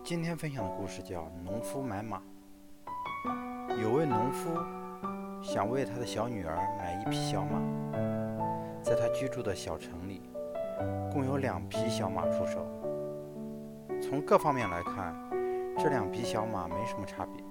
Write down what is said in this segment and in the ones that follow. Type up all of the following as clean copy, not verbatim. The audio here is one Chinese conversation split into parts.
今天分享的故事叫《农夫买马》。有位农夫想为他的小女儿买一匹小马，在他居住的小城里，共有2匹小马出售。从各方面来看，这2匹小马没什么差别。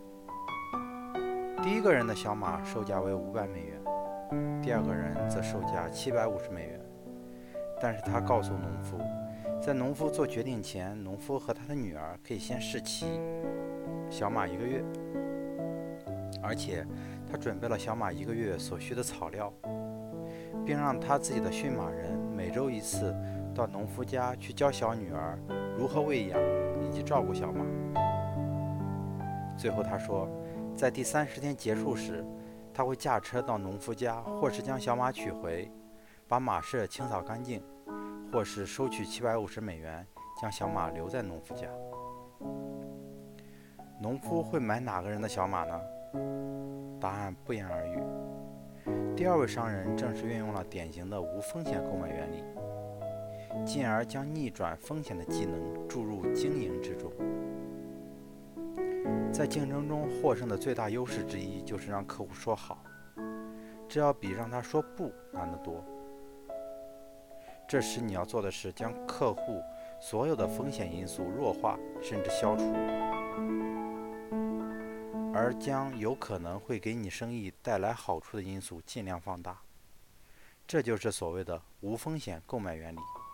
第一个人的小马售价为500美元，第二个人则售价750美元。但是他告诉农夫，在农夫做决定前，农夫和他的女儿可以先试骑小马1个月，而且他准备了小马1个月所需的草料，并让他自己的驯马人每周1次到农夫家去教小女儿如何喂养以及照顾小马。最后他说，在第30天结束时，他会驾车到农夫家，或是将小马取回，把马舍清扫干净，或是收取750美元，将小马留在农夫家。农夫会买哪个人的小马呢？答案不言而喻。第二位商人正是运用了典型的无风险购买原理，进而将逆转风险的技能注入经营之中。在竞争中获胜的最大优势之一就是让客户说好，这要比让他说不难得多。这时你要做的是将客户所有的风险因素弱化甚至消除，而将有可能会给你生意带来好处的因素尽量放大。这就是所谓的无风险购买原理。